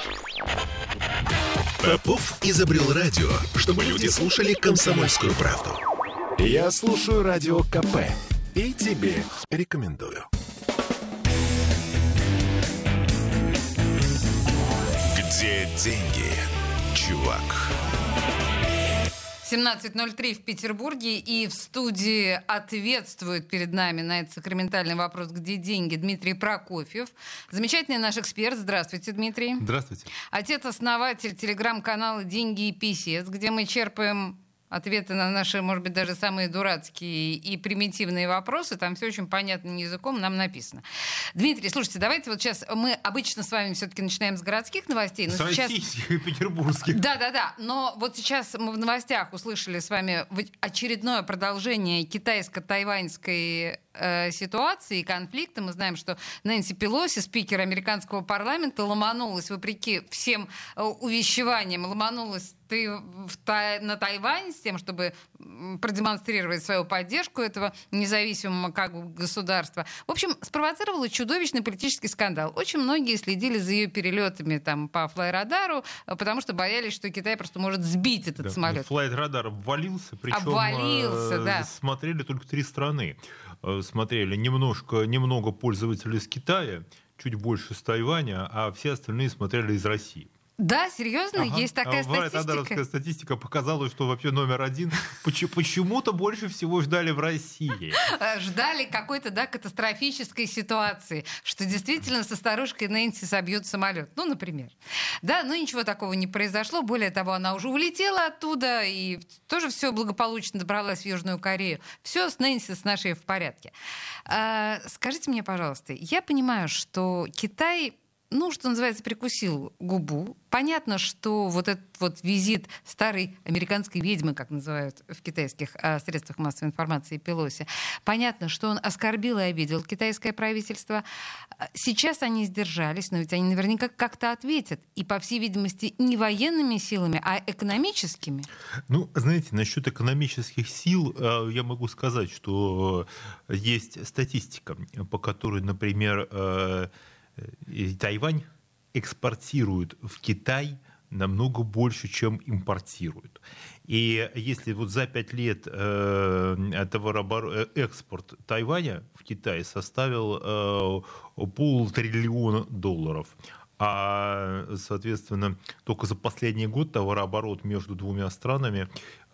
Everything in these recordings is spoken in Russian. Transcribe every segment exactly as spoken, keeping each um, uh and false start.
Попов изобрел радио, чтобы люди слушали комсомольскую правду. Я слушаю Радио КП и тебе рекомендую. Где деньги, чувак? семнадцать ноль три в Петербурге, и в студии ответствует перед нами на этот сакраментальный вопрос «Где деньги?» Дмитрий Прокофьев. Замечательный наш эксперт. Здравствуйте, Дмитрий. Здравствуйте. Отец-основатель телеграм-канала «Деньги и писец», где мы черпаем ответы на наши, может быть, даже самые дурацкие и примитивные вопросы. Там все очень понятным языком нам написано. Дмитрий, слушайте, давайте вот сейчас... Мы обычно с вами все-таки начинаем с городских новостей. Но с сейчас... российских и петербургских. Да-да-да. Но вот сейчас мы в новостях услышали с вами очередное продолжение китайско-тайваньской э, ситуации и конфликта. Мы знаем, что Нэнси Пелоси, спикер американского парламента, ломанулась, вопреки всем э, увещеваниям, ломанулась ты в Тай, на Тайвань с тем, чтобы продемонстрировать свою поддержку этого независимого как бы государства. В общем, спровоцировала чудовищный политический скандал. Очень многие следили за ее перелетами там, по флайрадару, потому что боялись, что Китай просто может сбить этот да, самолет. Флайрадар обвалился, причем обвалился, э, да. смотрели только три страны. Э, смотрели немножко, немного пользователей из Китая, чуть больше с Тайваня, а все остальные смотрели из России. Да, серьезно? Ага. Есть такая а статистика? Радаровская статистика показала, что вообще номер один почему-то больше всего ждали в России. Ждали какой-то, да, катастрофической ситуации, что действительно со старушкой Нэнси собьют самолет. Ну, например. Да, но ничего такого не произошло. Более того, она уже улетела оттуда и тоже все благополучно добралась в Южную Корею. Все с Нэнси, с нашей в порядке. А, скажите мне, пожалуйста, я понимаю, что Китай... ну, что называется, прикусил губу. Понятно, что вот этот вот визит старой американской ведьмы, как называют в китайских а, средствах массовой информации, Пелоси, понятно, что он оскорбил и обидел китайское правительство. Сейчас они сдержались, но ведь они наверняка как-то ответят. И, по всей видимости, не военными силами, а экономическими. Ну, знаете, насчет экономических сил я могу сказать, что есть статистика, по которой, например, и Тайвань экспортирует в Китай намного больше, чем импортирует. И если вот за пять лет э, товарооборот, экспорт Тайваня в Китай составил э, полтриллиона долларов, а, соответственно, только за последний год товарооборот между двумя странами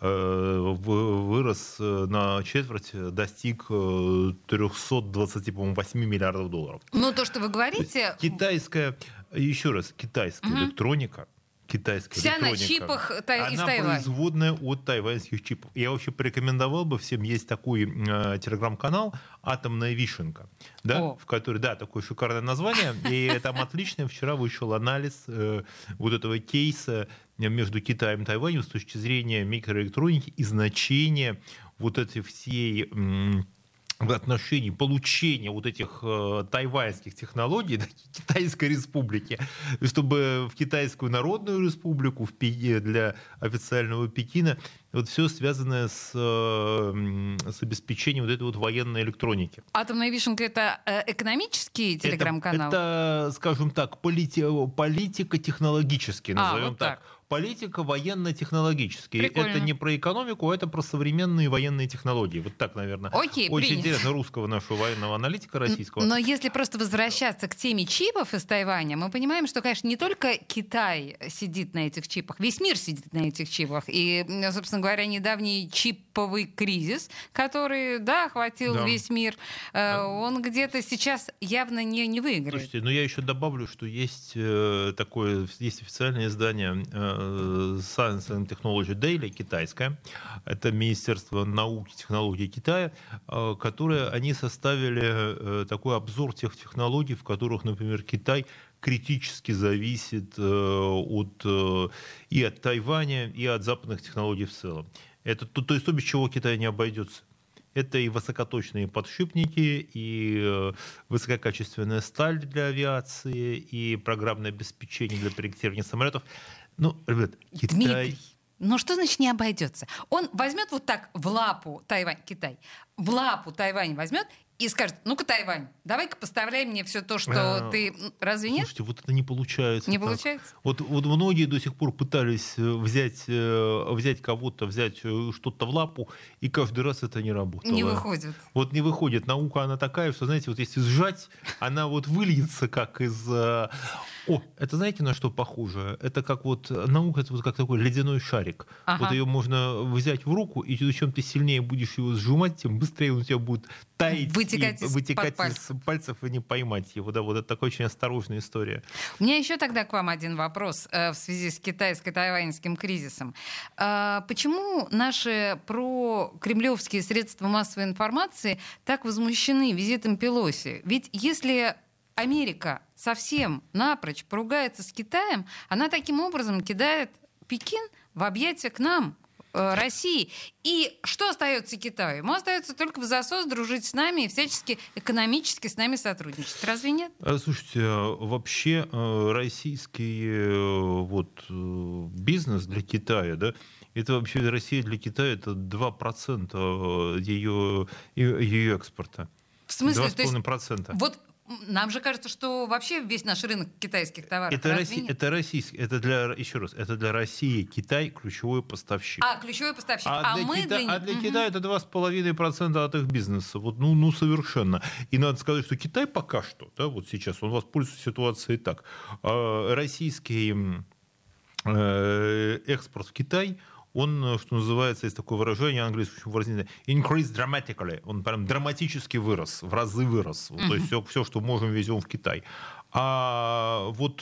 э, вырос на четверть, достиг триста двадцать восемь миллиардов долларов. Ну, то, что вы говорите... Китайская, еще раз, китайская угу. электроника, китайская вся электроника, на чипах та- из Тайваня. Она производная от тайваньских чипов. Я вообще порекомендовал бы всем, есть такой э, телеграм-канал «Атомная вишенка», да, в который, да, такое шикарное название, и там отлично вчера вышел анализ э, вот этого кейса между Китаем и Тайванем с точки зрения микроэлектроники и значения вот этой всей... М- в отношении получения вот этих э, тайваньских технологий, да, Китайской республики, чтобы в Китайскую Народную Республику, в Пи- для официального Пекина, вот все связанное с, э, с обеспечением вот этой вот военной электроники. «Атомная вишенка» — это э, экономический телеграм-канал? Это, это, скажем так, полити- политико-технологический, назовем а, вот так. так. Политика военно-технологическая. Прикольно. Это не про экономику, а это про современные военные технологии. Вот так, наверное. Окей, очень принято. Интересно русского нашего военного аналитика российского. Но если просто возвращаться к теме чипов из Тайваня, мы понимаем, что, конечно, не только Китай сидит на этих чипах, весь мир сидит на этих чипах. И, собственно говоря, недавний чиповый кризис, который, да, охватил да. весь мир, да. он где-то сейчас явно не, не выиграет. Слушайте, ну я еще добавлю, что есть такое, есть официальное издание Science and Technology Daily, китайское. Это Министерство науки и технологий Китая, которое они составили такой обзор тех технологий, в которых, например, Китай критически зависит от, и от Тайваня, и от западных технологий в целом. Это то, то есть то, без чего Китай не обойдется. Это и высокоточные подшипники, и высококачественная сталь для авиации, и программное обеспечение для проектирования самолетов. Ну, ребят, Китай... Дмитрий, ну что значит не обойдется? Он возьмет вот так в лапу Тайвань, Китай, в лапу Тайвань возьмет и скажет: ну-ка, Тайвань, давай-ка поставляй мне все то, что А, ты... Разве нет? Слушайте, вот это не получается. Не так. получается? Вот, вот многие до сих пор пытались взять, э, взять кого-то, взять э, что-то в лапу, и каждый раз это не работало. Не выходит. Вот не выходит. Наука, она такая, что, знаете, вот если сжать, она вот выльется как из... э, О, это знаете, на что похоже? Это как вот наука, это вот как такой ледяной шарик. Ага. Вот ее можно взять в руку, и чем ты сильнее будешь его сжимать, тем быстрее он у тебя будет таять, Вытекать и из вытекать под из пальцев и не поймать его. Да, вот это такая очень осторожная история. У меня еще тогда к вам один вопрос э, в связи с китайско-тайваньским кризисом. Э, почему наши прокремлевские средства массовой информации так возмущены визитом Пелоси? Ведь если Америка совсем напрочь поругается с Китаем, она таким образом кидает Пекин в объятия к нам, э, России. И что остается Китаю? Ему остается только в засос дружить с нами и всячески экономически с нами сотрудничать. Разве нет? Слушайте, вообще э, российский э, вот, э, бизнес для Китая, да, это вообще Россия для Китая это два процента ее, ее экспорта. В смысле? два с То есть половиной процента. вот нам же кажется, что вообще весь наш рынок китайских товаров. Это, разве Россия, нет? это российский, это для, еще раз, это для России Китай ключевой поставщик. А, ключевой поставщик. А, А для, мы Кита... для... а для Мгм. Китая это два с половиной процента от их бизнеса. Вот, ну, ну, совершенно. И надо сказать, что Китай пока что, да, вот сейчас, он воспользуется ситуацией так. А, российский э, экспорт в Китай, он, что называется, есть такое выражение английское, очень выразительное, increase dramatically. Он прям драматически вырос, в разы вырос. Вот, то есть все, все, что можем, везем в Китай. А вот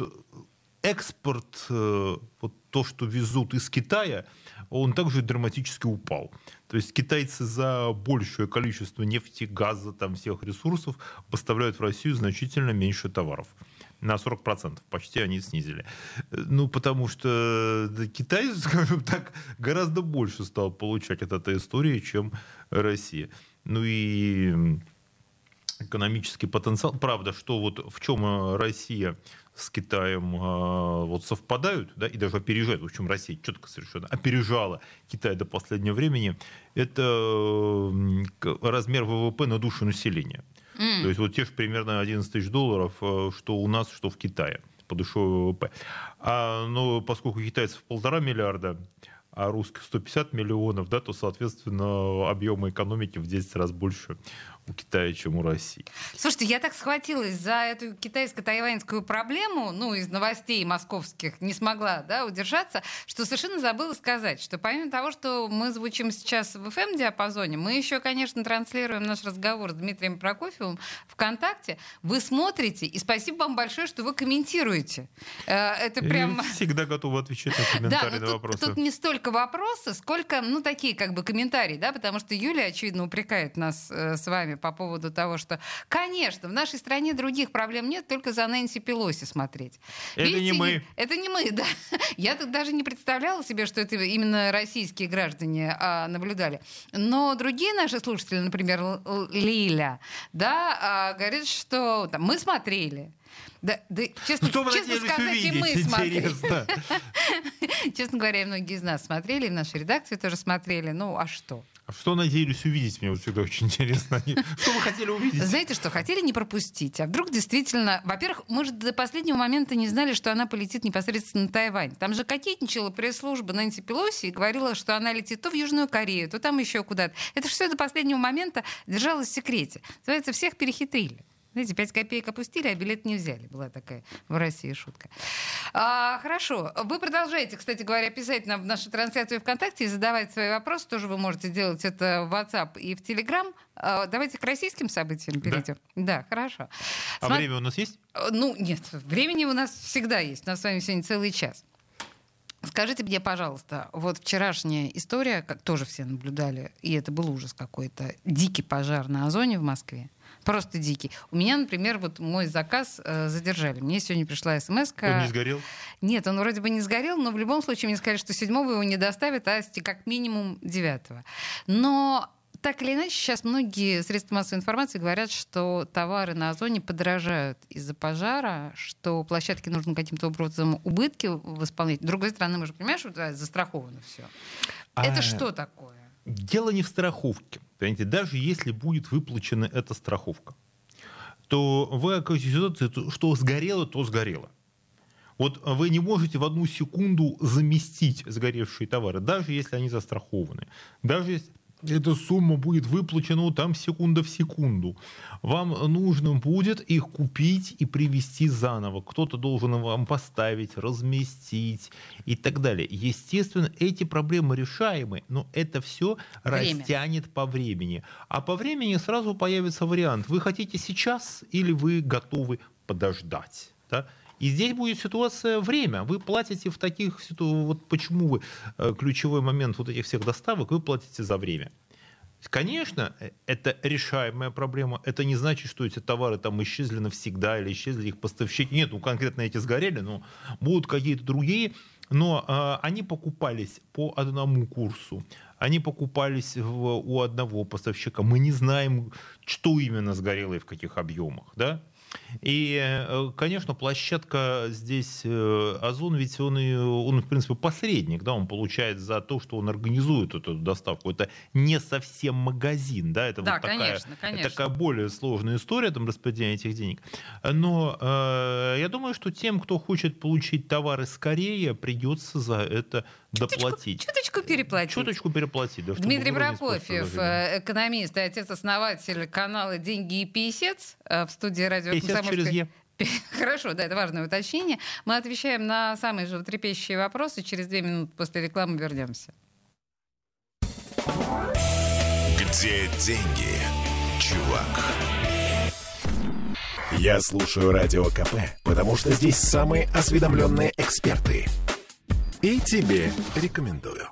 экспорт, э, вот то, что везут из Китая, он также драматически упал. То есть китайцы за большее количество нефти, газа, там, всех ресурсов поставляют в Россию значительно меньше товаров. На сорок процентов почти они снизили. Ну, потому что Китай, скажем так, гораздо больше стал получать от этой истории, чем Россия. Ну и экономический потенциал. Правда, что вот в чем Россия с Китаем вот совпадают, да, и даже опережают, в общем, Россия четко совершенно опережала Китай до последнего времени, это размер ВВП на душу населения. Mm. То есть вот те же примерно одиннадцать тысяч долларов, что у нас, что в Китае, по душе ВВП. А, но поскольку китайцев полтора миллиарда, а русских сто пятьдесят миллионов, да, то, соответственно, объемы экономики в десять раз больше у Китая, чем у России. Слушайте, я так схватилась за эту китайско-тайваньскую проблему, ну, из новостей московских, не смогла, да, удержаться, что совершенно забыла сказать, что помимо того, что мы звучим сейчас в эф эм-диапазоне, мы еще, конечно, транслируем наш разговор с Дмитрием Прокофьевым ВКонтакте. Вы смотрите, и спасибо вам большое, что вы комментируете. Это прям... Я всегда готова отвечать на комментарии, да, на тут, вопросы. Тут не столько вопросы, сколько, ну, такие как бы комментарии, да, потому что Юлия, очевидно, упрекает нас э, с вами по поводу того, что, конечно, в нашей стране других проблем нет, только за Нэнси Пелоси смотреть. Это Видите, не мы. Это не мы, да. Я тут даже не представляла себе, что это именно российские граждане а, наблюдали. Но другие наши слушатели, например, Л- Лиля, да, а, говорят, что там, мы смотрели. Да, да, честно, Что вы честно надеялись сказать, увидеть? и мы смотрели. Интересно. Честно говоря, и многие из нас смотрели, и в нашей редакции тоже смотрели. Ну, а что? А что надеялись увидеть? Мне вот всегда очень интересно. Что вы хотели увидеть? Знаете что, хотели не пропустить. А вдруг действительно... Во-первых, мы же до последнего момента не знали, что она полетит непосредственно на Тайвань. Там же кокетничала пресс-служба Нэнси Пелоси и говорила, что она летит то в Южную Корею, то там еще куда-то. Это все до последнего момента держалось в секрете. Называется, всех перехитрили. Знаете, пять копеек опустили, а билет не взяли. Была такая в России шутка. А, хорошо. Вы продолжаете, кстати говоря, писать нам в нашу трансляцию ВКонтакте и задавать свои вопросы. Тоже вы можете делать это в WhatsApp и в Telegram. А, давайте к российским событиям перейдем. Да, да, хорошо. А Сма... время у нас есть? Ну, нет, времени у нас всегда есть. У нас с вами сегодня целый час. Скажите мне, пожалуйста, вот вчерашняя история, как тоже все наблюдали, и это был ужас какой-то, дикий пожар на Озоне в Москве. Просто дикий. У меня, например, вот мой заказ э, задержали. Мне сегодня пришла смс-ка. Он не сгорел? Нет, он вроде бы не сгорел, но в любом случае мне сказали, что седьмого его не доставят, а как минимум девятого. Но так или иначе, сейчас многие средства массовой информации говорят, что товары на Озоне подорожают из-за пожара, что площадке нужно каким-то образом убытки восполнять. С другой стороны, мы же понимаем, что это застраховано все. А... Это что такое? Дело не в страховке. Понимаете? Даже если будет выплачена эта страховка, то вы окажетесь в ситуации, что сгорело, то сгорело. Вот вы не можете в одну секунду заместить сгоревшие товары, даже если они застрахованы. Даже если эта сумма будет выплачена ну, там секунда в секунду. Вам нужно будет их купить и привезти заново. Кто-то должен вам поставить, разместить и так далее. Естественно, эти проблемы решаемы, но это все Время. растянет по времени. А по времени сразу появится вариант. Вы хотите сейчас или вы готовы подождать? Да? И здесь будет ситуация время. Вы платите в таких ситуациях, вот почему вы, ключевой момент вот этих всех доставок, вы платите за время. Конечно, это решаемая проблема. Это не значит, что эти товары там исчезли навсегда или исчезли их поставщики. Нет, ну конкретно эти сгорели, но будут какие-то другие. Но э, они покупались по одному курсу. Они покупались в, у одного поставщика. Мы не знаем, что именно сгорело и в каких объемах, да? И, конечно, площадка здесь, Озон, ведь он, он, в принципе, посредник, да, он получает за то, что он организует эту доставку. Это не совсем магазин, да, это да, вот такая, конечно, конечно. такая более сложная история, там, распределения этих денег. Но э, я думаю, что тем, кто хочет получить товары скорее, придется за это доплатить. Чуточку, чуточку переплатить. Чуточку переплатить, да. Дмитрий Прокофьев, экономист и отец-основатель канала «Деньги и писец» в студии радио через Е. Хорошо, да, это важное уточнение. Мы отвечаем на самые животрепещущие вопросы. Через две минуты после рекламы вернемся. Где деньги, чувак? Я слушаю Радио КП, потому что здесь самые осведомленные эксперты. И тебе рекомендую.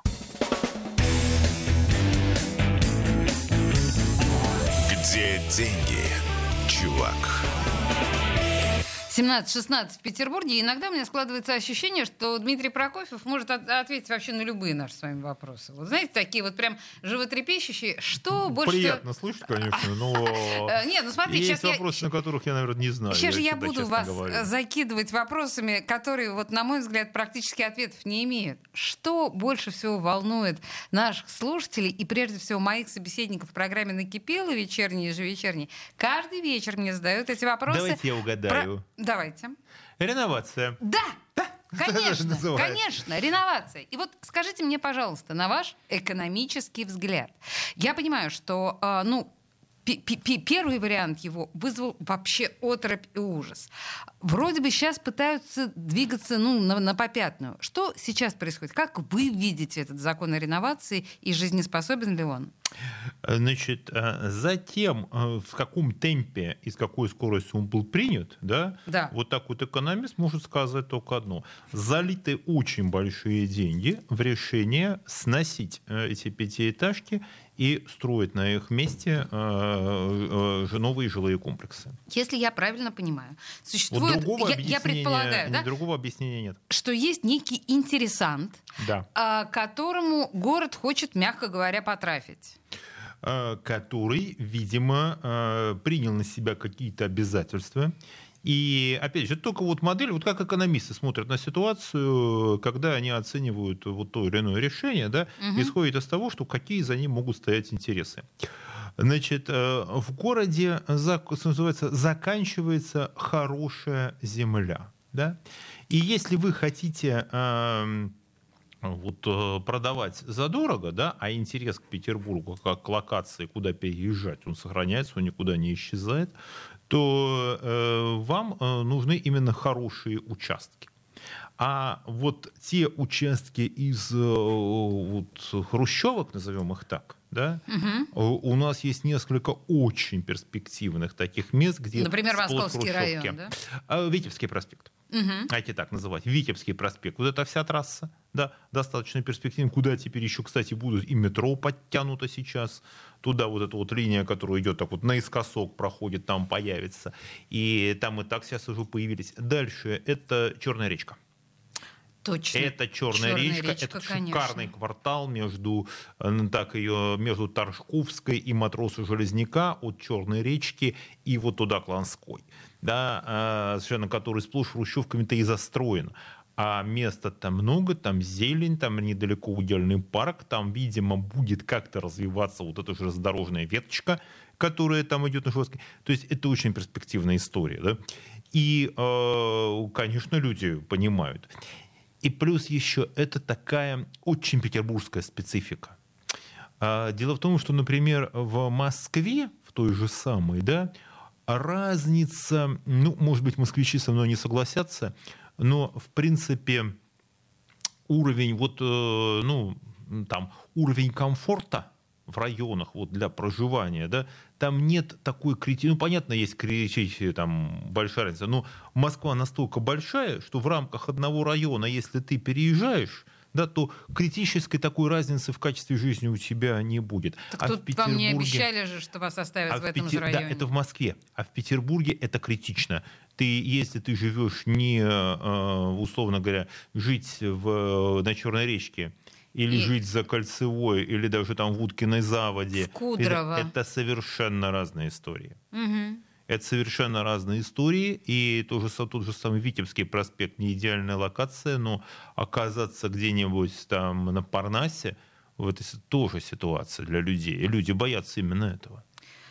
Где деньги, чувак? семнадцать шестнадцать в Петербурге. И иногда у меня складывается ощущение, что Дмитрий Прокофьев может от- ответить вообще на любые наши с вами вопросы. Вот знаете, такие вот прям животрепещущие. Что больше... Приятно слышать, конечно, но Нет, ну смотри, есть сейчас я... вопросы, на которых я, наверное, не знаю. Сейчас же я всегда буду честно вас говорю. закидывать вопросами, которые, вот, на мой взгляд, практически ответов не имеют. Что больше всего волнует наших слушателей и, прежде всего, моих собеседников в программе «Накипело» вечерней и ежевечерней? Каждый вечер мне задают эти вопросы. Давайте я угадаю. Про... Давайте. Реновация. Да! Конечно, называется. конечно, реновация. И вот скажите мне, пожалуйста, на ваш экономический взгляд. Я понимаю, что, э, ну, п- п- первый вариант его вызвал вообще оторопь и ужас. Вроде бы сейчас пытаются двигаться, ну, на, на попятную. Что сейчас происходит? Как вы видите этот закон о реновации и жизнеспособен ли он? Значит, затем, в каком темпе и с какой скоростью он был принят, да, Да. вот так вот экономист может сказать только одно. Залиты очень большие деньги в решение сносить эти пятиэтажки и строить на их месте новые жилые комплексы. Если я правильно понимаю, Вот существует, другого я, я предполагаю, да, другого объяснения нет. что есть некий интересант, Да. а, которому город хочет, мягко говоря, потрафить. Который, видимо, принял на себя какие-то обязательства. И, опять же, это только вот модель, вот как экономисты смотрят на ситуацию, когда они оценивают вот то или иное решение, да, Угу. исходит из того, что какие за ним могут стоять интересы. Значит, в городе, что называется, заканчивается хорошая земля. Да? И если вы хотите вот, продавать задорого, да, а интерес к Петербургу как к локации, куда переезжать, он сохраняется, он никуда не исчезает, то э, вам э, нужны именно хорошие участки. А вот те участки из э, вот, хрущевок, назовем их так, да, Угу. у нас есть несколько очень перспективных таких мест, где Например, сплошь Московский хрущевки. район, да? А, Витебский проспект. Угу. Давайте так называть, Витебский проспект. Вот эта вся трасса, да, достаточно перспективная. Куда теперь еще, кстати, будут и метро подтянуто сейчас. Туда вот эта вот линия, которая идет так вот наискосок проходит, там появится. И там и так сейчас уже появились. Дальше это Черная речка. Точно. Это Черная, Черная речка, речка, это конечно. шикарный квартал между, э, так ее, между Торжковской и Матроса Железняка от Черной речки и вот туда к Ланской, да, э, совершенно который сплошь хрущевками-то и застроен. а места там много, там зелень, там недалеко удельный парк, там, видимо, будет как-то развиваться вот эта железнодорожная веточка, которая там идет на Жуковской. То есть это очень перспективная история, да? И, конечно, люди понимают. И плюс еще это такая очень петербургская специфика. Дело в том, что, например, в Москве, в той же самой, да, разница, ну, может быть, москвичи со мной не согласятся, но, в принципе, уровень, вот, ну, там, уровень комфорта в районах вот, для проживания, да, там нет такой критики. Ну, понятно, есть критическая там большая разница, но Москва настолько большая, что в рамках одного района, если ты переезжаешь, да, то критической такой разницы в качестве жизни у тебя не будет. Так а тут в Петербурге... вам не обещали же, что вас оставят а в этом Петер... же районе. Да, это в Москве. А в Петербурге это критично. Ты, если ты живешь не, условно говоря, жить в, на Черной речке, или и... жить за Кольцевой, или даже там в Уткиной Заводе, это, это совершенно разные истории. Угу. Это совершенно разные истории, и тот же, тот же самый Витебский проспект, не идеальная локация, но оказаться где-нибудь там на Парнасе, вот это тоже ситуация для людей, и люди боятся именно этого.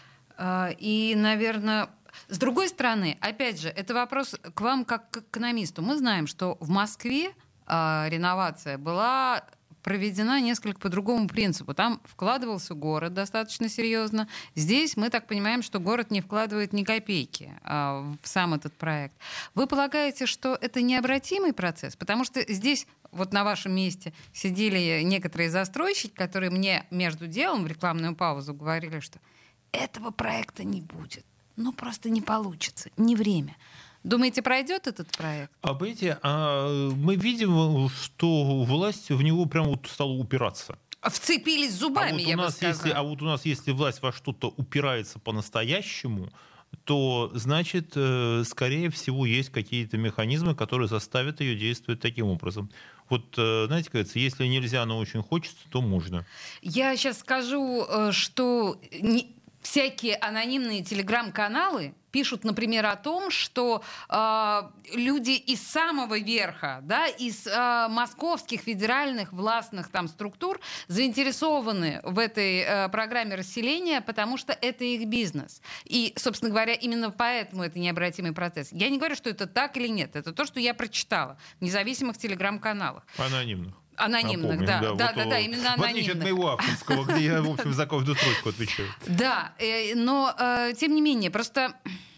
И, наверное, с другой стороны, опять же, это вопрос к вам как к экономисту. Мы знаем, что в Москве реновация была проведена несколько по другому принципу. Там вкладывался город достаточно серьезно. Здесь мы так понимаем, что город не вкладывает ни копейки а, в сам этот проект. Вы полагаете, что это необратимый процесс? Потому что здесь, вот на вашем месте, сидели некоторые застройщики, которые мне между делом в рекламную паузу говорили, что этого проекта не будет. Ну, просто не получится. Не время. Думаете, пройдет этот проект? А понимаете, а мы видим, что власть в него прямо вот стала упираться. Вцепились зубами, а вот я у бы нас, сказала. Если, а вот у нас, если власть во что-то упирается по-настоящему, то, значит, скорее всего, есть какие-то механизмы, которые заставят ее действовать таким образом. Вот, знаете, кажется, если нельзя, но очень хочется, то можно. Я сейчас скажу, что всякие анонимные телеграм-каналы пишут, например, о том, что э, люди из самого верха, да, из э, московских федеральных властных там, структур заинтересованы в этой э, программе расселения, потому что это их бизнес. И, собственно говоря, именно поэтому это необратимый процесс. Я не говорю, что это так или нет. Это то, что я прочитала в независимых телеграм-каналах. Анонимных. Анонимных, Напомним, да, да, да, вот да, о... да, именно анонимных. В отличие от моего авторского, где я, в общем, за каждую строчку отвечаю. Да, но, тем не менее, просто...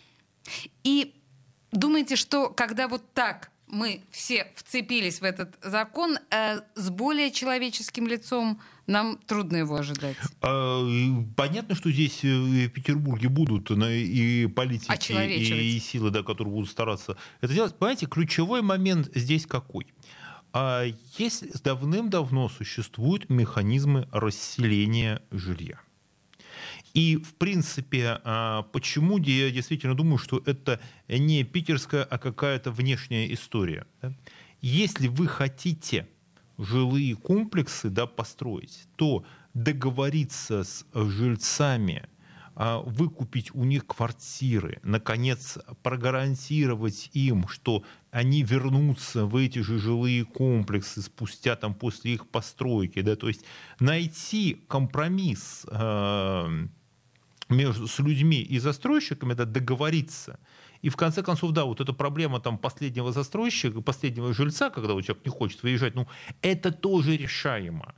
И думаете, что когда вот так мы все вцепились в этот закон, с более человеческим лицом нам трудно его ожидать? Понятно, что здесь в Петербурге будут и политики, и силы, да, которые будут стараться это делать. Понимаете, ключевой момент здесь какой? Есть давным-давно существуют механизмы расселения жилья. И, в принципе, почему я действительно думаю, что это не питерская, а какая-то внешняя история. Если вы хотите жилые комплексы, да, построить, то договориться с жильцами, выкупить у них квартиры, наконец, прогарантировать им, что они вернутся в эти же жилые комплексы спустя там, после их постройки. Да, то есть найти компромисс э, между, с людьми и застройщиками, да, договориться. И в конце концов, да, вот эта проблема там, последнего застройщика, последнего жильца, когда вот человек не хочет выезжать, ну, это тоже решаемо.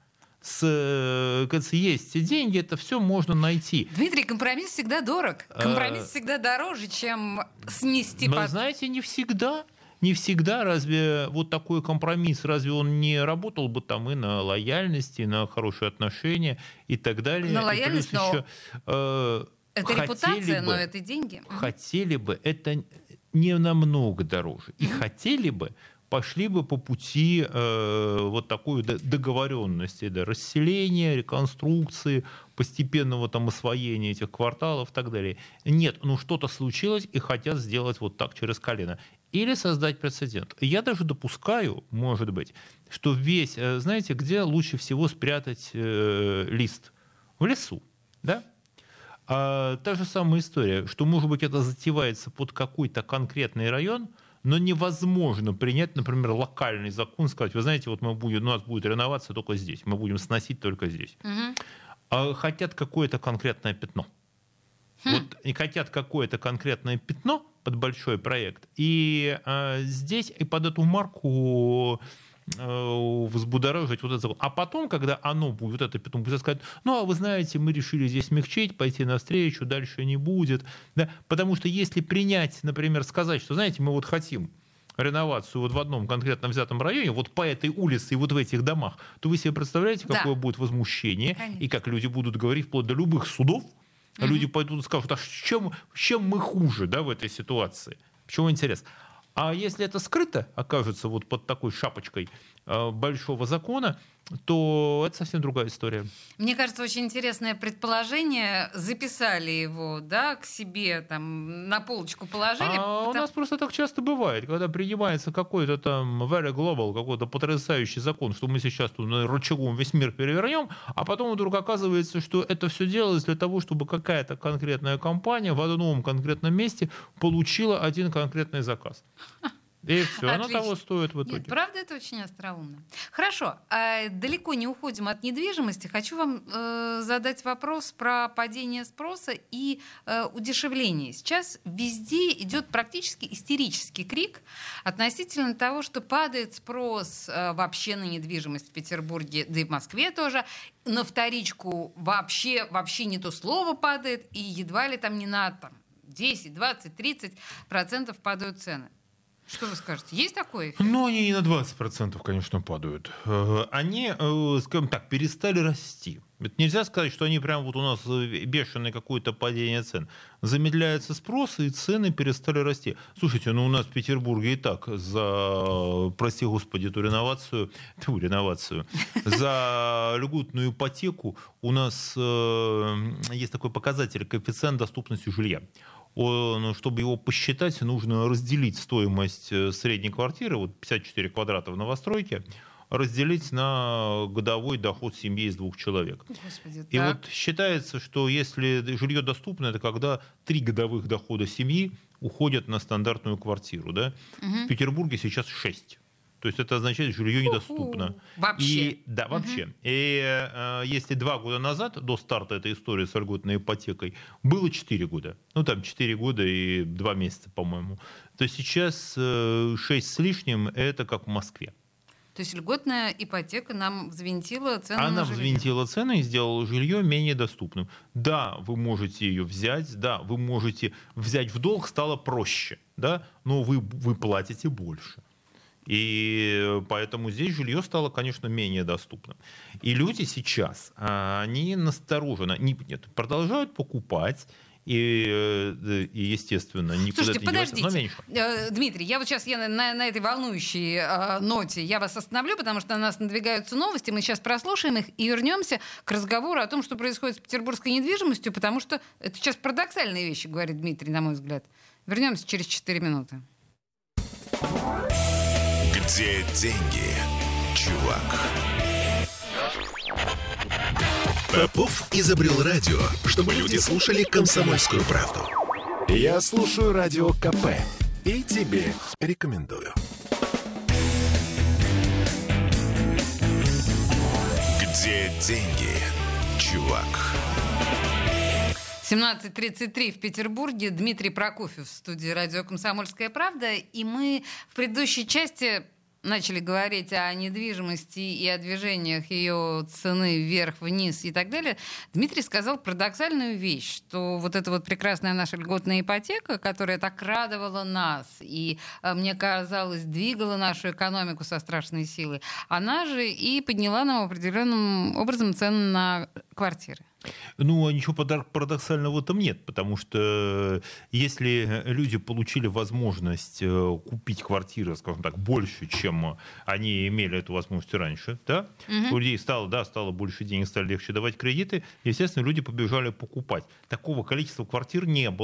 С, кажется, есть деньги, это все можно найти. Дмитрий, компромисс всегда дорог. Компромисс всегда дороже, чем снести... Но, под... знаете, не всегда. Не всегда. Разве вот такой компромисс, разве он не работал бы там и на лояльности, и на хорошие отношения и так далее? На лояльность, но... Еще, э, это репутация, бы, но это деньги. Хотели бы, это не намного дороже. И mm-hmm. хотели бы, пошли бы по пути э, вот такой договоренности, да, расселения, реконструкции, постепенного там освоения этих кварталов и так далее. Нет, ну что-то случилось и хотят сделать вот так через колено. Или создать прецедент. Я даже допускаю, может быть, что весь, знаете, где лучше всего спрятать э, лист? В лесу, да? А та же самая история, что, может быть, это затевается под какой-то конкретный район, Но невозможно принять, например, локальный закон, сказать, вы знаете, вот мы будем, у нас будет реновация только здесь, мы будем сносить только здесь. Угу. А хотят какое-то конкретное пятно. Хм. Вот и хотят какое-то конкретное пятно под большой проект. И а, здесь и под эту марку а, взбудоражить вот этот закон. А потом, когда оно будет, вот это пятно, будет сказать, ну, а вы знаете, мы решили здесь смягчить, пойти навстречу, дальше не будет. Да? Потому что если принять, например, сказать, что, знаете, мы вот хотим реновацию вот в одном конкретно взятом районе, вот по этой улице и вот в этих домах, то вы себе представляете, какое да. будет возмущение, конечно. И как люди будут говорить вплоть до любых судов, а mm-hmm. люди пойдут и скажут, а чем, чем мы хуже, да, в этой ситуации? Почему интересно? А если это скрыто окажется вот под такой шапочкой э, большого закона, то это совсем другая история. Мне кажется, очень интересное предположение. Записали его, да, к себе, там, на полочку положили. А потому... у нас просто так часто бывает, когда принимается какой-то там very global, какой-то потрясающий закон, что мы сейчас тут на рычагом весь мир перевернем, а потом вдруг оказывается, что это все делалось для того, чтобы какая-то конкретная компания в одном конкретном месте получила один конкретный заказ. И все, оно того стоит в итоге. Нет, правда, это очень остроумно. Хорошо, а далеко не уходим от недвижимости. Хочу вам э, задать вопрос про падение спроса и э, удешевление. Сейчас везде идет практически истерический крик относительно того, что падает спрос э, вообще на недвижимость в Петербурге, да и в Москве тоже. На вторичку вообще, вообще не то слово падает, и едва ли там не на там, десять, двадцать, тридцать процентов падают цены. Что вы скажете? Есть такое? Ну, они не на двадцать процентов, конечно, падают. Они, скажем так, перестали расти. Это нельзя сказать, что они прям вот у нас бешеное какое-то падение цен. Замедляется спрос, и цены перестали расти. Слушайте, ну у нас в Петербурге и так за, прости господи, ту реновацию, ту реновацию, за льготную ипотеку у нас э, есть такой показатель, коэффициент доступности жилья. Он, чтобы его посчитать, нужно разделить стоимость средней квартиры, вот пятьдесят четыре квадрата в новостройке, разделить на годовой доход семьи из двух человек. Господи, и так. Вот считается, что если жилье доступно, это когда три годовых дохода семьи уходят на стандартную квартиру. Да? Угу. В Петербурге сейчас шесть. То есть это означает, что жилье недоступно. Вообще. И, да, вообще. Угу. И э, если два года назад, до старта этой истории с льготной ипотекой, было четыре года. Ну, там четыре года и два месяца, по-моему. То сейчас э, шесть с лишним, это как в Москве. То есть льготная ипотека нам взвинтила цены Она на жилье? Она взвинтила цены и сделала жилье менее доступным. Да, вы можете ее взять, да, вы можете взять в долг, стало проще, да, но вы, вы платите больше. И поэтому здесь жилье стало, конечно, менее доступным. И люди сейчас, они настороженно, они, нет, продолжают покупать, и, и естественно, никуда Слушайте, это не девается. подождите, но Дмитрий, я вот сейчас я на, на этой волнующей э, ноте я вас остановлю, потому что на нас надвигаются новости, мы сейчас прослушаем их и вернемся к разговору о том, что происходит с петербургской недвижимостью, потому что это сейчас парадоксальные вещи, говорит Дмитрий, на мой взгляд. Вернемся через четыре минуты. Где деньги, чувак? Попов изобрел радио, чтобы люди слушали «Комсомольскую правду». Я слушаю радио КП и тебе рекомендую. Где деньги, чувак? семнадцать тридцать три в Петербурге. Дмитрий Прокофьев в студии радио «Комсомольская правда». И мы в предыдущей части начали говорить о недвижимости и о движениях ее цены вверх-вниз и так далее. Дмитрий сказал парадоксальную вещь, что вот эта вот прекрасная наша льготная ипотека, которая так радовала нас и, мне казалось, двигала нашу экономику со страшной силой, она же и подняла нам определенным образом цены на квартиры. Ну, ничего парадоксального в этом нет, потому что если люди получили возможность купить квартиры, скажем так, больше, чем они имели эту возможность раньше, да, угу. у людей стало, да, стало больше денег, стали легче давать кредиты, естественно, люди побежали покупать. Такого количества квартир не было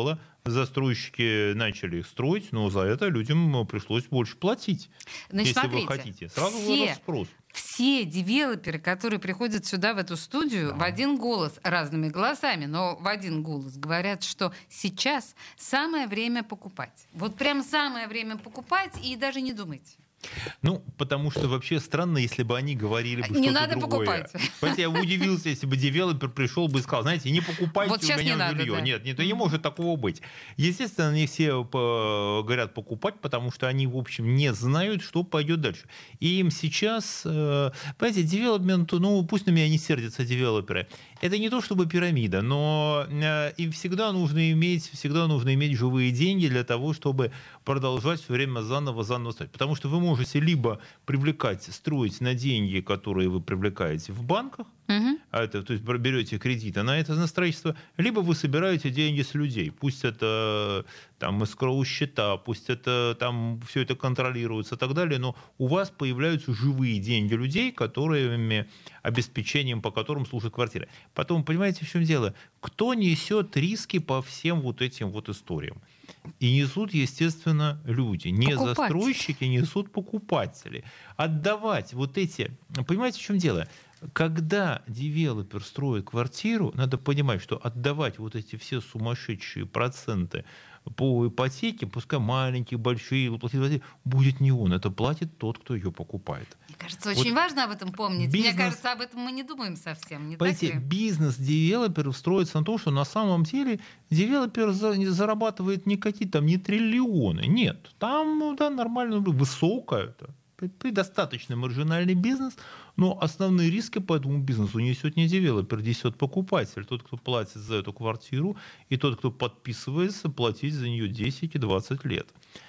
застройщики начали их строить, но за это людям пришлось больше платить. Значит, если смотрите, вы хотите. Сразу все, вырос спрос. Все девелоперы, которые приходят сюда, в эту студию, да. в один голос, разными голосами, но в один голос говорят, что сейчас самое время покупать. Вот прям самое время покупать и даже не думайте. Ну, потому что вообще странно, если бы они говорили бы не что-то надо другое. Покупать. Понимаете, я бы удивился, если бы девелопер пришел бы и сказал, знаете, не покупайте вот у меня не жилье. надо, да. Нет, нет, не может такого быть. Естественно, они все говорят покупать, потому что они, в общем, не знают, что пойдет дальше. И им сейчас, понимаете, девелопмент, ну, пусть на меня не сердятся девелоперы. Это не то чтобы пирамида, но им всегда нужно иметь, всегда нужно иметь живые деньги для того, чтобы продолжать все время заново, заново строить. Потому что вы можете либо привлекать, строить на деньги, которые вы привлекаете в банках, угу. а это, то есть берете кредиты на это на строительство, либо вы собираете деньги с людей. Пусть это там эскроу-счета, пусть это там все это контролируется и так далее, но у вас появляются живые деньги людей, которыми обеспечением, по которым служит квартира. Потом, понимаете, в чем дело? Кто несет риски по всем вот этим вот историям? И несут, естественно, люди. Не застройщики, несут покупатели. Отдавать вот эти... Понимаете, в чем дело? Когда девелопер строит квартиру, надо понимать, что отдавать вот эти все сумасшедшие проценты по ипотеке, пускай маленькие, большие, будет не он. Это платит тот, кто ее покупает. Мне кажется, очень вот важно об этом помнить. Бизнес... Мне кажется, об этом мы не думаем совсем. Не Понимаете, так ли? Бизнес девелоперов строится на том, что на самом деле девелопер зарабатывает не какие-то там не триллионы. Нет. Там ну, да, нормально, высокая это. Достаточно маржинальный бизнес, но основные риски по этому бизнесу несет не девелопер, несет покупатель, тот, кто платит за эту квартиру, и тот, кто подписывается платить за нее десять и двадцать лет.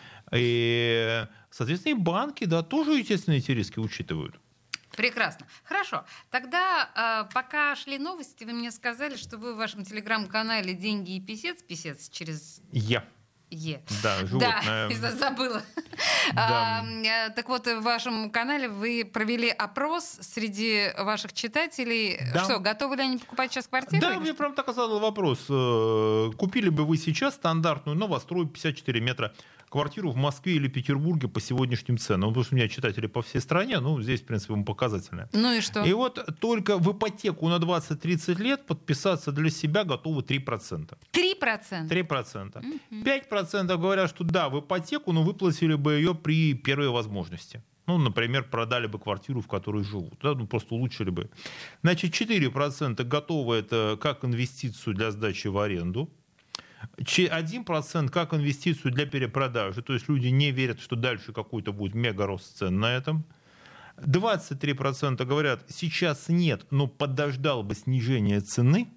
И, соответственно, и банки, да, тоже, естественно, эти риски учитывают. Прекрасно. Хорошо. Тогда, пока шли новости, вы мне сказали, что вы в вашем телеграм-канале «Деньги и писец», писец через... Я. Е. Да, животное. Да, забыла. Да. А, так вот, в вашем канале вы провели опрос среди ваших читателей. Да. Что, готовы ли они покупать сейчас квартиру? Да, мне прям так и задал вопрос. Купили бы вы сейчас стандартную новострой пятьдесят четыре метра квартиру в Москве или Петербурге по сегодняшним ценам? Потому что у меня читатели по всей стране, ну, здесь, в принципе, показательно. Ну и что? И вот только в ипотеку на двадцать-тридцать лет подписаться для себя готовы три процента. три процента? три процента. пять процентов говорят, что да, в ипотеку, но выплатили бы ее при первой возможности. Ну, например, продали бы квартиру, в которой живут. Да? Ну, просто улучшили бы. Значит, четыре процента готовы это как инвестицию для сдачи в аренду. один процент как инвестицию для перепродажи. То есть люди не верят, что дальше какой-то будет мега-рост цен на этом. двадцать три процента говорят, сейчас нет, но подождал бы снижение цены.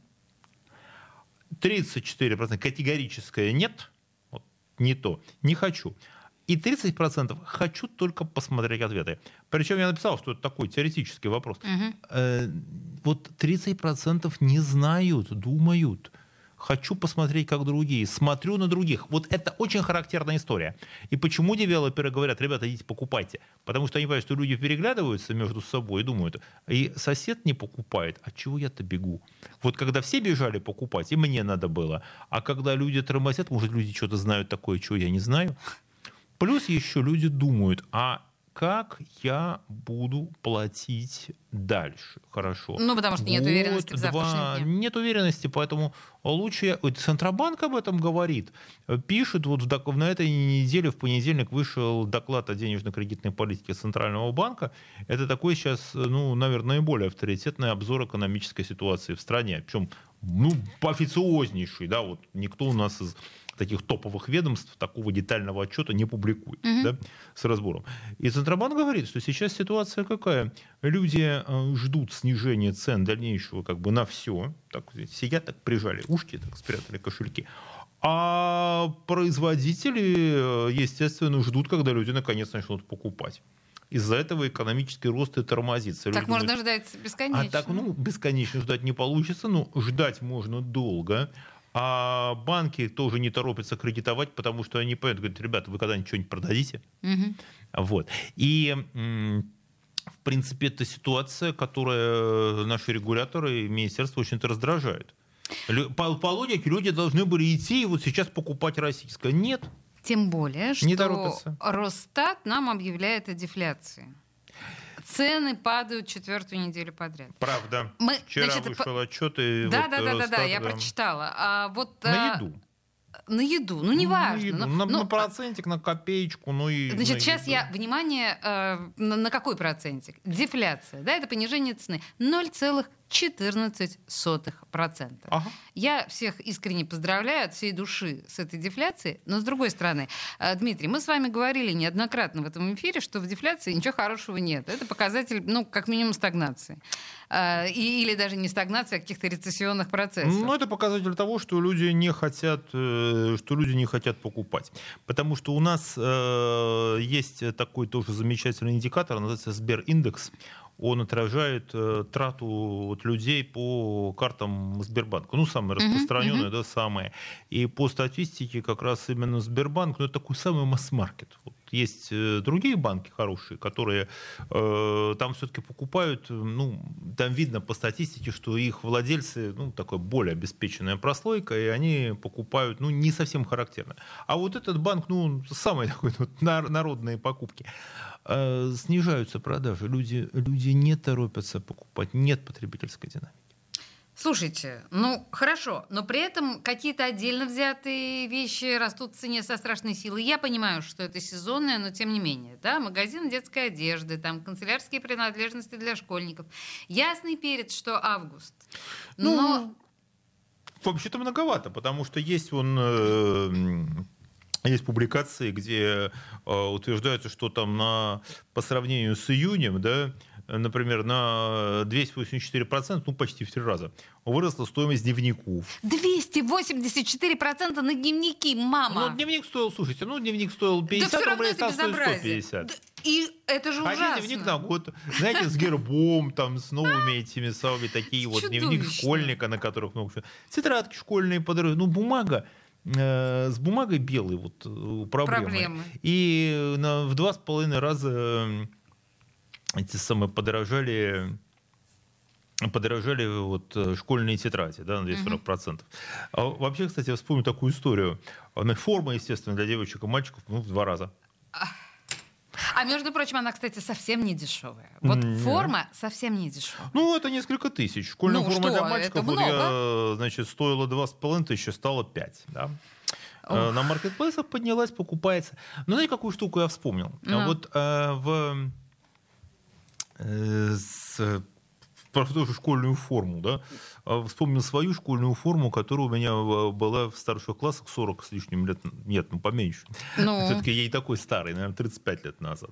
тридцать четыре процента категорическое нет. Вот, не то. Не хочу. И тридцать процентов хочу только посмотреть ответы. Причем я написал, что это такой теоретический вопрос. Угу. Э, вот тридцать процентов не знают, думают. Хочу посмотреть, как другие. Смотрю на других. Вот это очень характерная история. И почему девелоперы говорят, ребята, идите покупайте? Потому что они понимают, что люди переглядываются между собой и думают, и сосед не покупает, а чего я-то бегу? Вот когда все бежали покупать, и мне надо было. А когда люди тормозят, может, люди что-то знают такое, чего я не знаю? Плюс еще люди думают, а как я буду платить дальше? Хорошо. Ну, потому что нет Год, уверенности в завтрашнем дне. Нет уверенности, поэтому лучше... Центробанк об этом говорит. Пишет, вот на этой неделе, в понедельник, вышел доклад о денежно-кредитной политике Центрального банка. Это такой сейчас, ну, наверное, наиболее авторитетный обзор экономической ситуации в стране. Причем, ну, официознейший, да, вот никто у нас из таких топовых ведомств такого детального отчета не публикует, mm-hmm. да, с разбором. И Центробанк говорит, что сейчас ситуация какая? Люди ждут снижения цен дальнейшего как бы на все. Так, сидят, так прижали ушки, так спрятали кошельки. А производители, естественно, ждут, когда люди наконец начнут покупать. Из-за этого экономический рост и тормозится. Так люди можно думают, ждать бесконечно. А так, ну, бесконечно ждать не получится, но ждать можно долго. А банки тоже не торопятся кредитовать, потому что они понимают, говорят, ребята, вы когда-нибудь что-нибудь продадите? Угу. Вот. И, в принципе, это ситуация, которая наши регуляторы и министерство очень-то раздражает. По, по логике люди должны были идти и вот сейчас покупать российское. Нет. Тем более, Не что торопятся. Росстат нам объявляет о дефляции. Цены падают четвертую неделю подряд. Правда. Мы, Вчера значит, вышел по... отчет. И да, вот да, да, да, Росстат, да, я прочитала. А вот, на а... еду. На еду, ну неважно. На, еду. Но, на, но... на процентик, на копеечку, ну и. Значит, на сейчас еду. я, внимание, э, на, на какой процентик? Дефляция, да, это понижение цены. ноль целых четырнадцать сотых процента. Ага. Я всех искренне поздравляю от всей души с этой дефляцией, но с другой стороны, э, Дмитрий, мы с вами говорили неоднократно в этом эфире, что в дефляции ничего хорошего нет. Это показатель, ну, как минимум, стагнации. Э, и, или даже не стагнации, а каких-то рецессионных процессов. Ну, это показатель того, что люди не хотят, э, что люди не хотят покупать. Потому что у нас э, есть такой тоже замечательный индикатор, называется Сбериндекс. Он отражает э, трату вот, людей по картам Сбербанка. Ну, самые распространенные, uh-huh, uh-huh. да, самые. И по статистике как раз именно Сбербанк, ну, это такой самый масс-маркет. Вот есть э, другие банки хорошие, которые э, там все-таки покупают, ну, там видно по статистике, что их владельцы, ну, такая более обеспеченная прослойка, и они покупают, ну, не совсем характерно. А вот этот банк, ну, самые такой, вот, народные покупки. Э, снижаются продажи. Люди, люди не торопятся покупать. Нет потребительской динамики. Слушайте, ну хорошо, но при этом какие-то отдельно взятые вещи растут в цене со страшной силой. Я понимаю, что это сезонное, но тем не менее. Да? Магазин детской одежды, там, канцелярские принадлежности для школьников. Ясный перец, что август. Но... Ну, вообще-то многовато, потому что есть он... Э, Есть публикации, где э, утверждается, что там на, по сравнению с июнем, да, например, на двести восемьдесят четыре процента, ну почти в три раза, выросла стоимость дневников. двести восемьдесят четыре процента на дневники, мама! Ну, дневник стоил, слушайте, ну дневник стоил пятьдесят да рублей, стал стоит сто пятьдесят. Да, и это же ужасно. Один дневник на год, знаете, с гербом, там, с новыми этими самыми, такие вот, дневник школьника, на которых много чего. Тетрадки школьные подарили, ну бумага. С бумагой белой вот проблемы. проблемы. И на, в два с половиной раза эти самые подорожали, подорожали вот школьные тетради, да, на двести сорок процентов. Uh-huh. А вообще, кстати, я вспомню такую историю. Форма, естественно, для девочек и мальчиков, ну, в два раза. А между прочим, она, кстати, совсем не дешевая. Вот Нет. форма совсем не дешевая. Ну, это несколько тысяч. Школьная ну, форма что? для мальчиков вот я, значит, стоила два с половиной тысячи, стало пять. Да? Ох. На маркетплейсах поднялась, покупается. Но знаете, какую штуку я вспомнил? Ну. Вот э, в... Э, с, про тоже школьную форму, да? Вспомнил свою школьную форму, которая у меня была в старших классах сорок с лишним лет, нет, ну поменьше. Ну. Все-таки я и такой старый, наверное, тридцать пять лет назад.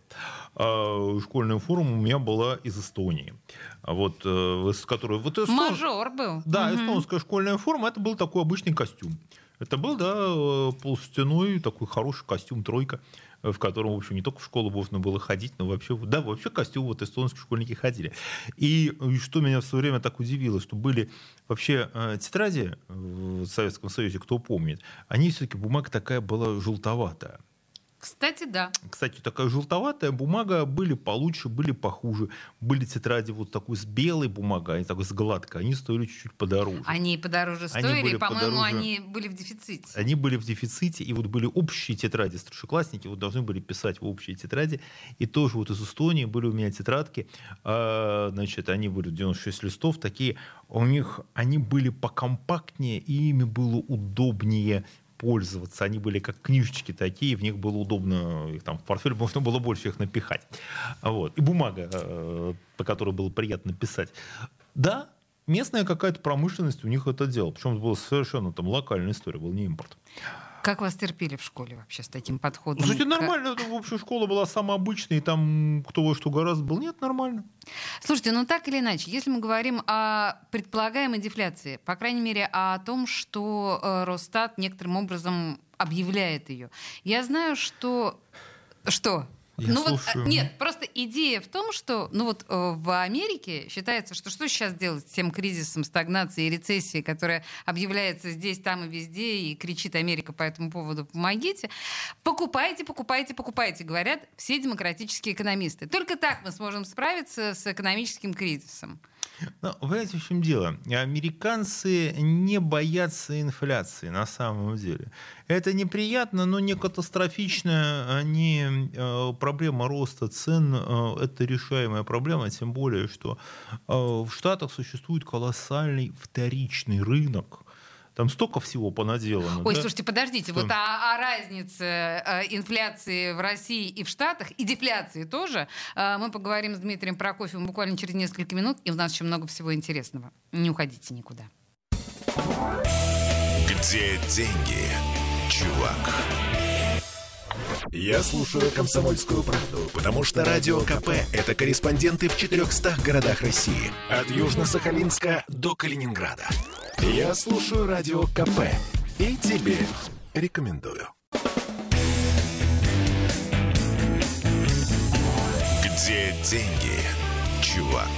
А школьная форма у меня была из Эстонии. Вот, с которой... Вот эстон... Мажор был. Да, угу. эстонская школьная форма, это был такой обычный костюм. Это был, да, полустяной такой хороший костюм «тройка», в котором, в общем, не только в школу можно было ходить, но вообще, да, вообще костюм вот эстонские школьники ходили. И, и что меня в свое время так удивило, что были вообще э, тетради в Советском Союзе, кто помнит, они все-таки, бумага такая была желтоватая. Кстати, да. Кстати, такая желтоватая бумага, были получше, были похуже. Были тетради вот такой с белой бумагой, они такой с гладкой, они стоили чуть-чуть подороже. Они подороже стоили, они и, по-моему, подороже. Они были в дефиците. Они были в дефиците, и вот были общие тетради. Старшеклассники вот должны были писать в общие тетради. И тоже вот из Эстонии были у меня тетрадки, а, значит, они были девяносто шесть листов, такие, у них, они были покомпактнее, и ими было удобнее пользоваться. Они были как книжечки такие, в них было удобно, их там в портфель можно было больше их напихать. Вот. И бумага, по которой было приятно писать. Да, местная какая-то промышленность у них это делала. Причем это была совершенно там локальная история, был не импорт. Как вас терпели в школе вообще с таким подходом? Слушайте, нормально. В общем, школа была самая обычная, и там кто во что гораздо был. Нет, нормально. Слушайте, ну так или иначе, если мы говорим о предполагаемой дефляции, по крайней мере, о том, что э, Росстат некоторым образом объявляет ее, я знаю, что... Что? Я ну слушаю. Вот, нет, просто идея в том, что ну вот, э, в Америке считается, что что сейчас делать с тем кризисом, стагнацией и рецессией, которая объявляется здесь, там и везде, и кричит Америка по этому поводу «помогите». Покупайте, покупайте, покупайте, говорят все демократические экономисты. Только так мы сможем справиться с экономическим кризисом. Ну, вы знаете, в чем дело? Американцы не боятся инфляции на самом деле. Это неприятно, но не катастрофично. Они, проблема роста цен – это решаемая проблема, тем более, что в Штатах существует колоссальный вторичный рынок. Там столько всего понаделано. Ой, да? слушайте, подождите, что... вот о, о разнице э, инфляции в России и в Штатах, и дефляции тоже, э, мы поговорим с Дмитрием Прокофьевым буквально через несколько минут, и у нас еще много всего интересного. Не уходите никуда. Где деньги, чувак? Я слушаю «Комсомольскую правду», потому что Радио КП – это корреспонденты в четырехстах городах России. От Южно-Сахалинска до Калининграда. Я слушаю Радио КП и тебе рекомендую. Где деньги, чувак?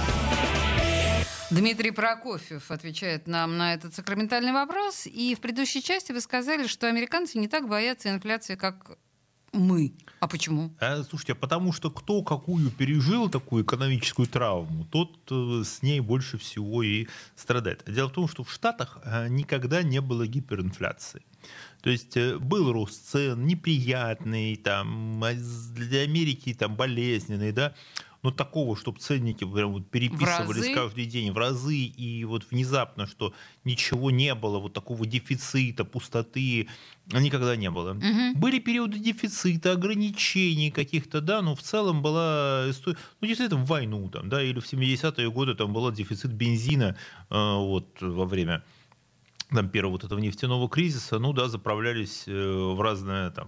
Дмитрий Прокофьев отвечает нам на этот сакраментальный вопрос. И в предыдущей части вы сказали, что американцы не так боятся инфляции, как мы. А почему? А, слушайте, потому что кто какую пережил такую экономическую травму, тот с ней больше всего и страдает. Дело в том, что в Штатах никогда не было гиперинфляции. То есть был рост цен неприятный, там, для Америки там, болезненный, да, но такого, чтобы ценники прям вот переписывались каждый день в разы, и вот внезапно, что ничего не было, вот такого дефицита, пустоты, никогда не было. Угу. Были периоды дефицита, ограничений каких-то, да, но в целом была история, ну, действительно, в войну, там, да, или в семидесятые годы там был дефицит бензина э, вот, во время там, первого вот этого нефтяного кризиса, ну, да, заправлялись э, в разные там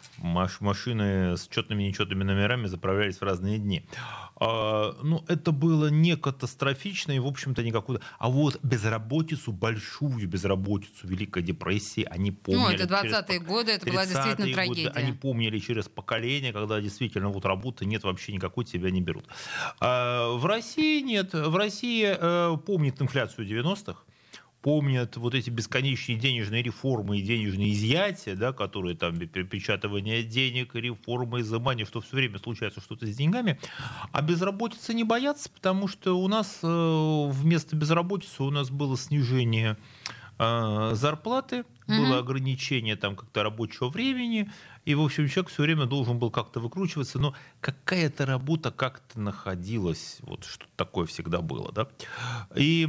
машины с четными и нечетными номерами заправлялись в разные дни. А, ну, это было не катастрофично и, в общем-то, никакую... А вот безработицу, большую безработицу Великой депрессии, они помнили... Ну, это двадцатые годы, это была действительно трагедия. Годы, они помнили через поколение, когда действительно вот работы нет вообще никакой, тебя не берут. А в России нет. В России э, помнит инфляцию девяностых, помнят вот эти бесконечные денежные реформы и денежные изъятия, да, которые там перепечатывание денег, реформы, изымания, что все время случается что-то с деньгами. А безработицы не боятся, потому что у нас вместо безработицы у нас было снижение зарплаты, mm-hmm. было ограничение там как-то рабочего времени, и, в общем, человек все время должен был как-то выкручиваться, но какая-то работа как-то находилась, вот что-то такое всегда было, да. И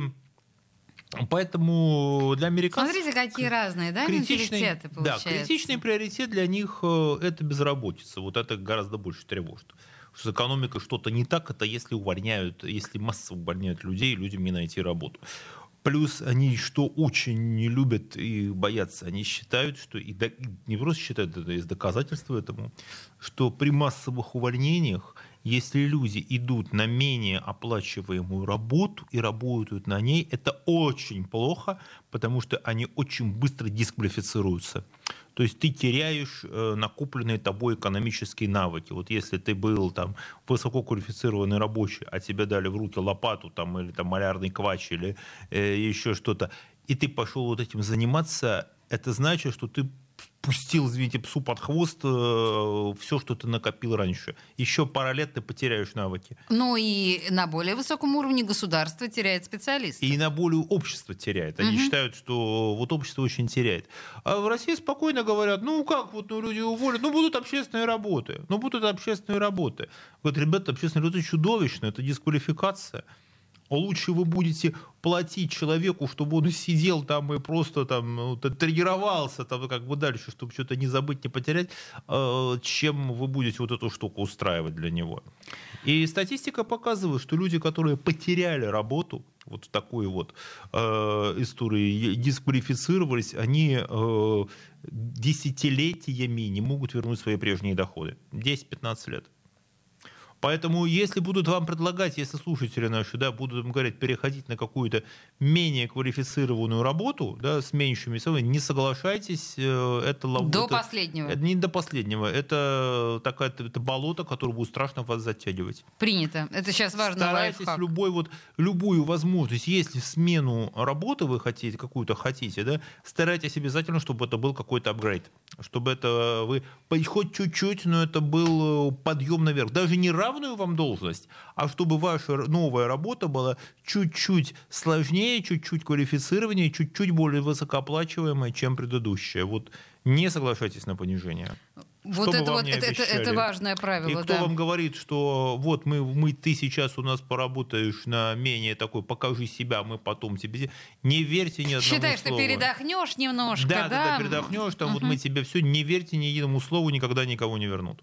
поэтому для американцев... Смотрите, какие разные, да, менталитеты получаются. Да, критичный приоритет для них – это безработица. Вот это гораздо больше тревожит. Что с экономикой что-то не так, это если увольняют, если массово увольняют людей, людям не найти работу. Плюс они что очень не любят и боятся, они считают, что, и не просто считают, это есть доказательства этому, что при массовых увольнениях, если люди идут на менее оплачиваемую работу и работают на ней, это очень плохо, потому что они очень быстро дисквалифицируются. То есть ты теряешь накопленные тобой экономические навыки. Вот если ты был там высококвалифицированный рабочий, а тебе дали в руки лопату там, или там, малярный квач или э, еще что-то, и ты пошел вот этим заниматься, это значит, что ты пустил, извините, псу под хвост э, все, что ты накопил раньше. Еще пара лет ты потеряешь навыки. Ну и на более высоком уровне государство теряет специалистов. И на более общество теряет. Они угу. считают, что вот общество очень теряет. А в России спокойно говорят, ну как вот ну, люди уволят, ну будут общественные работы. Ну будут общественные работы. Говорят, ребята, общественные работы чудовищно, это дисквалификация. Лучше вы будете платить человеку, чтобы он сидел там и просто там ну, тренировался там, как бы дальше, чтобы что-то не забыть, не потерять, чем вы будете вот эту штуку устраивать для него. И статистика показывает, что люди, которые потеряли работу, вот в такой вот э, истории, дисквалифицировались, они э, десятилетиями не могут вернуть свои прежние доходы. десять-пятнадцать лет. Поэтому, если будут вам предлагать, если слушатели наши, да, будут им говорить, переходить на какую-то менее квалифицированную работу, да, с меньшими силами, не соглашайтесь. Это, до это, последнего. Это не до последнего. Это, такая, это болото, которое будет страшно вас затягивать. Принято. Это сейчас важно. Старайтесь любой, вот, любую возможность, если смену работы вы хотите, какую-то хотите, да, старайтесь обязательно, чтобы это был какой-то апгрейд. Чтобы это вы хоть чуть-чуть, но это был подъем наверх. Даже не раз, равную вам должность, а чтобы ваша новая работа была чуть-чуть сложнее, чуть-чуть квалифицированнее, чуть-чуть более высокооплачиваемая, чем предыдущая. Вот не соглашайтесь на понижение. Вот это, вот, это, это, это важное правило. И кто да. вам говорит, что вот мы, мы, ты сейчас у нас поработаешь на менее такой, покажи себя, мы потом тебе... Не верьте ни одному Считай, слову. что передохнешь немножко, да? да? Да, да, передохнешь, там угу. вот мы тебе все, не верьте ни единому слову, никогда никого не вернут.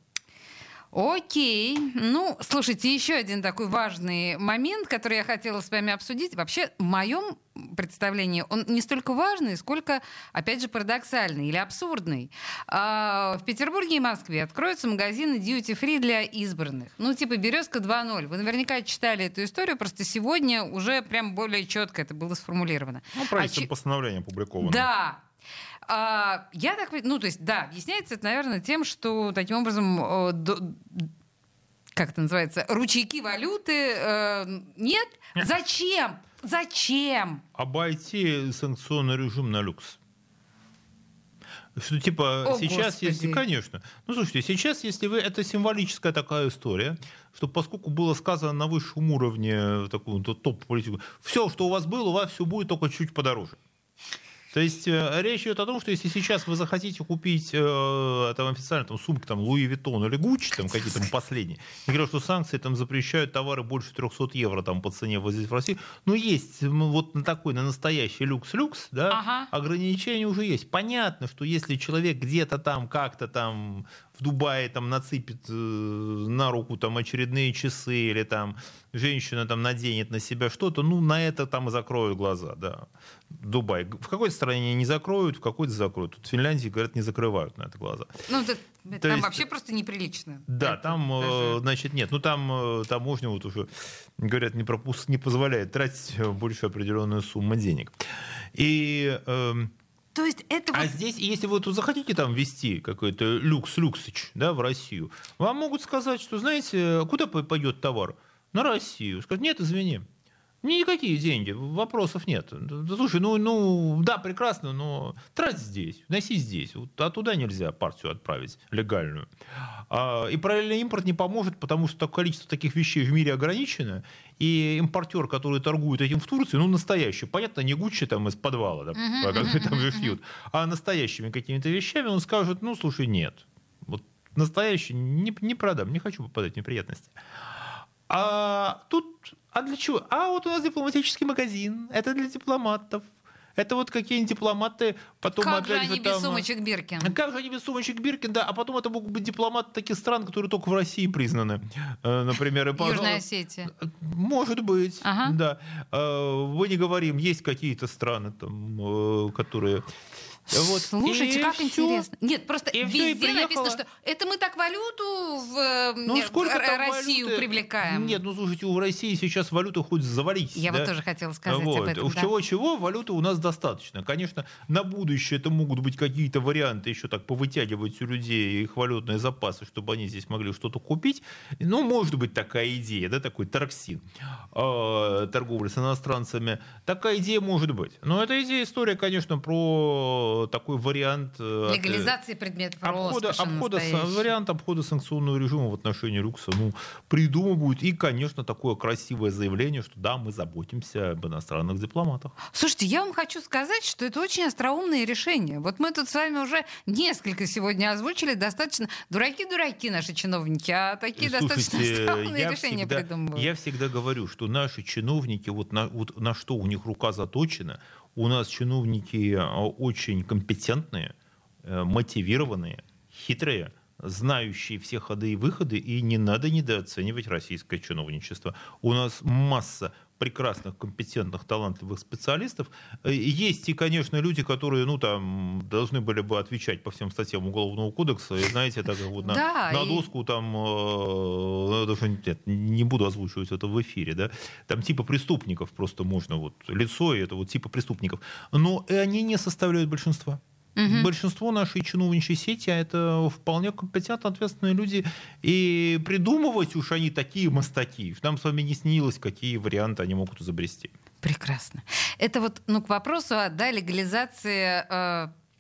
Окей. Ну, слушайте, еще один такой важный момент, который я хотела с вами обсудить. Вообще, в моем представлении он не столько важный, сколько, опять же, парадоксальный или абсурдный. А в Петербурге и Москве откроются магазины дьюти-фри для избранных. Ну, типа «Березка два ноль». Вы наверняка читали эту историю, просто сегодня уже прям более четко это было сформулировано. Ну, правительственное а постановление опубликовано. Да. А, я так, ну, то есть, да, объясняется это, наверное, тем, что таким образом, э, до, как это называется, ручейки валюты э, нет. Зачем? Зачем? Обойти санкционный режим на люкс. Что типа О, сейчас, Господи. если, конечно, ну слушайте, сейчас, если вы, это символическая такая история, что поскольку было сказано на высшем уровне такую топ-политику, все, что у вас было, у вас все будет только чуть подороже. То есть э, речь идет о том, что если сейчас вы захотите купить э, там, официально там, сумки там, Луи Виттон или Гуччи, там, какие-то там, последние, я говорю, что санкции там, запрещают товары больше триста евро там, по цене вот здесь в России, но есть вот на такой, на настоящий люкс-люкс, да, ага. ограничения уже есть. Понятно, что если человек где-то там как-то там в Дубае там нацепит э, на руку там очередные часы или там женщина там наденет на себя что-то, ну на это там и закроют глаза, да. Дубай. В какой-то стране не закроют, в какой-то закроют. Тут в Финляндии, говорят, не закрывают на это глаза. Ну, это, То там есть, вообще просто неприлично. Да, это там, даже... значит, нет. Ну, там таможня вот уже, говорят, не, пропуск, не позволяет тратить больше определенную сумму денег. И... Э, То есть это а вот... здесь, если вы тут захотите там ввести какой-то люкс-люксыч, да, в Россию, вам могут сказать, что, знаете, куда пойдет товар? На Россию. Скажут, нет, извини. Никакие деньги, вопросов нет. Слушай, ну, ну да, прекрасно, но трать здесь, носи здесь. А туда нельзя партию отправить легальную. А, и параллельный импорт не поможет, потому что количество таких вещей в мире ограничено. И импортер, который торгует этим в Турции, ну, настоящий. Понятно, не Гуччи там из подвала, да, uh-huh, которые uh-huh, там же шьют, а настоящими какими-то вещами он скажет, ну, слушай, нет. Вот настоящий не, не продам, не хочу попадать в неприятности. А тут... А для чего? А вот у нас дипломатический магазин. Это для дипломатов. Это вот какие-нибудь дипломаты потом как опять же они же, без там... сумочек Биркин? Как же они без сумочек Биркин, да. А потом это могут быть дипломаты таких стран, которые только в России признаны. Например, и, Южная Осетия. Может быть, ага. да. Мы не говорим, есть какие-то страны, там, которые... Вот. Слушайте, и как все. интересно. Нет, просто и везде все, и написано, что это мы так валюту в ну, сколько Р- Россию валюты? привлекаем. Нет, ну слушайте, у России сейчас валюта хоть завались. Я да? вот тоже хотела сказать вот. об этом. В да. чего-чего валюты у нас достаточно. Конечно, на будущее это могут быть какие-то варианты еще так повытягивать у людей их валютные запасы, чтобы они здесь могли что-то купить. Ну, может быть такая идея, да, такой торксин, э, торговля с иностранцами. Такая идея может быть. Но эта идея, история, конечно, про такой вариант легализации предметов обхода, роскоши обхода, вариант обхода санкционного режима в отношении люкса, ну, придумывают. И, конечно, такое красивое заявление, что да, мы заботимся об иностранных дипломатах. Слушайте, я вам хочу сказать, что это очень остроумное решение. Вот мы тут с вами уже несколько сегодня озвучили, достаточно дураки-дураки наши чиновники, а такие Слушайте, достаточно остроумные решения всегда, придумывают. Я всегда говорю, что наши чиновники, вот на, вот на что у них рука заточена, у нас чиновники очень компетентные, мотивированные, хитрые, знающие все ходы и выходы, и не надо недооценивать российское чиновничество. У нас масса прекрасных, компетентных, талантливых специалистов. Есть и, конечно, люди, которые, ну, там, должны были бы отвечать по всем статьям Уголовного кодекса, и, знаете, так вот на, да, на и... доску там, э, даже, нет, не буду озвучивать это в эфире, да, там типа преступников просто можно, вот, лицо, и это вот типа преступников. Но и они не составляют большинства. Угу. Большинство нашей чиновничьей сети — это вполне компетентно ответственные люди. И придумывать уж они такие мастаки, что нам с вами не снилось, какие варианты они могут изобрести. Прекрасно. Это вот, ну, к вопросу о, да, легализации... Э...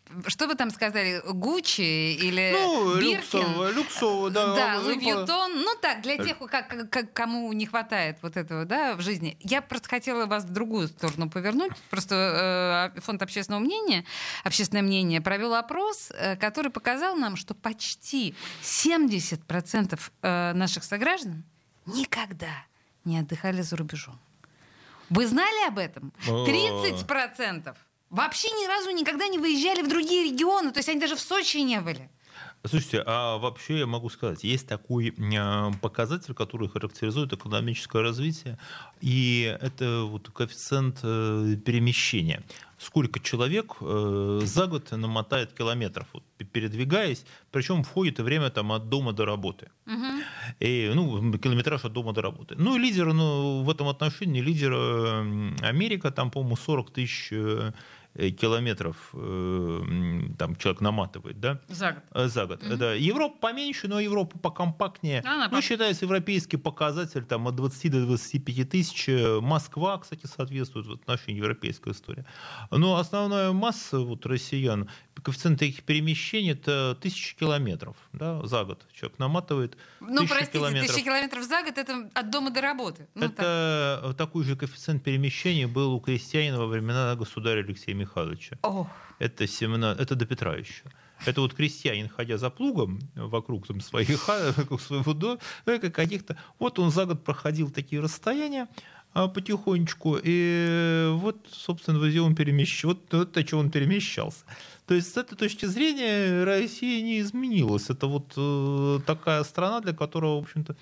что вы там сказали, Гуччи или Ну, Биркин? люксово, люксово, да. Да, Ну, Луи Вьюттон. Ну так, для тех, как, как, кому не хватает вот этого, да, в жизни. Я просто хотела вас в другую сторону повернуть. Просто э, фонд общественного мнения, общественное мнение провел опрос, э, который показал нам, что почти семьдесят процентов э, наших сограждан никогда не отдыхали за рубежом. Вы знали об этом? тридцать процентов вообще ни разу никогда не выезжали в другие регионы. То есть они даже в Сочи не были. Слушайте, а вообще я могу сказать, есть такой э, показатель, который характеризует экономическое развитие, и это вот коэффициент э, перемещения. Сколько человек э, за год намотает километров, вот, передвигаясь, причем входит и время там, от дома до работы. Угу. И, ну, километраж от дома до работы. Ну и лидер, ну, в этом отношении лидер э, Америка, там, по-моему, сорок тысяч э, километров э, там человек наматывает, да? За год. За год. Угу. Да. Европа поменьше, но Европа покомпактнее. Она ну, считается европейский показатель там, от двадцати до двадцати пяти тысяч. Москва, кстати, соответствует в отношении европейской истории. Но основная масса вот, россиян, коэффициент их перемещений это тысяча километров, да, за год человек наматывает. Ну, простите, километров. тысяча километров за год это от дома до работы. Ну, это так. Такой же коэффициент перемещения был у крестьянина во времена государя Алексея Михайловича. О. Это, семнадцать, это до Петра еще. Это вот крестьянин, ходя за плугом вокруг, там, своих, вокруг своего дома, каких-то, вот он за год проходил такие расстояния потихонечку, и вот, собственно, где он перемещался, вот, вот о чем он перемещался. То есть с этой точки зрения Россия не изменилась. Это вот э, такая страна, для которой, в общем-то,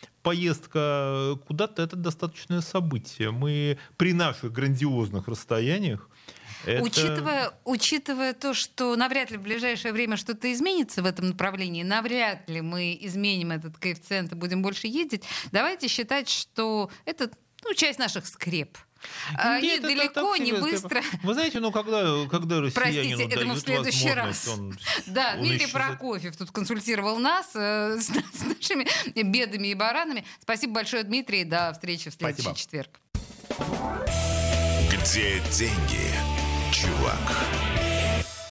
поездка куда-то – это достаточное событие. Мы при наших грандиозных расстояниях это... Учитывая, учитывая то, что навряд ли в ближайшее время что-то изменится в этом направлении, навряд ли мы изменим этот коэффициент и будем больше ездить, давайте считать, что это ну, часть наших скреп. Они Нет, далеко, не быстро. Вы знаете, ну когда, когда россиянину Простите, это мы в следующий раз. Он, да, он Дмитрий исчезает. Прокофьев тут консультировал нас э, с, с нашими бедами и баранами. Спасибо большое, Дмитрий. До встречи в следующий Спасибо. четверг. Где деньги, чувак?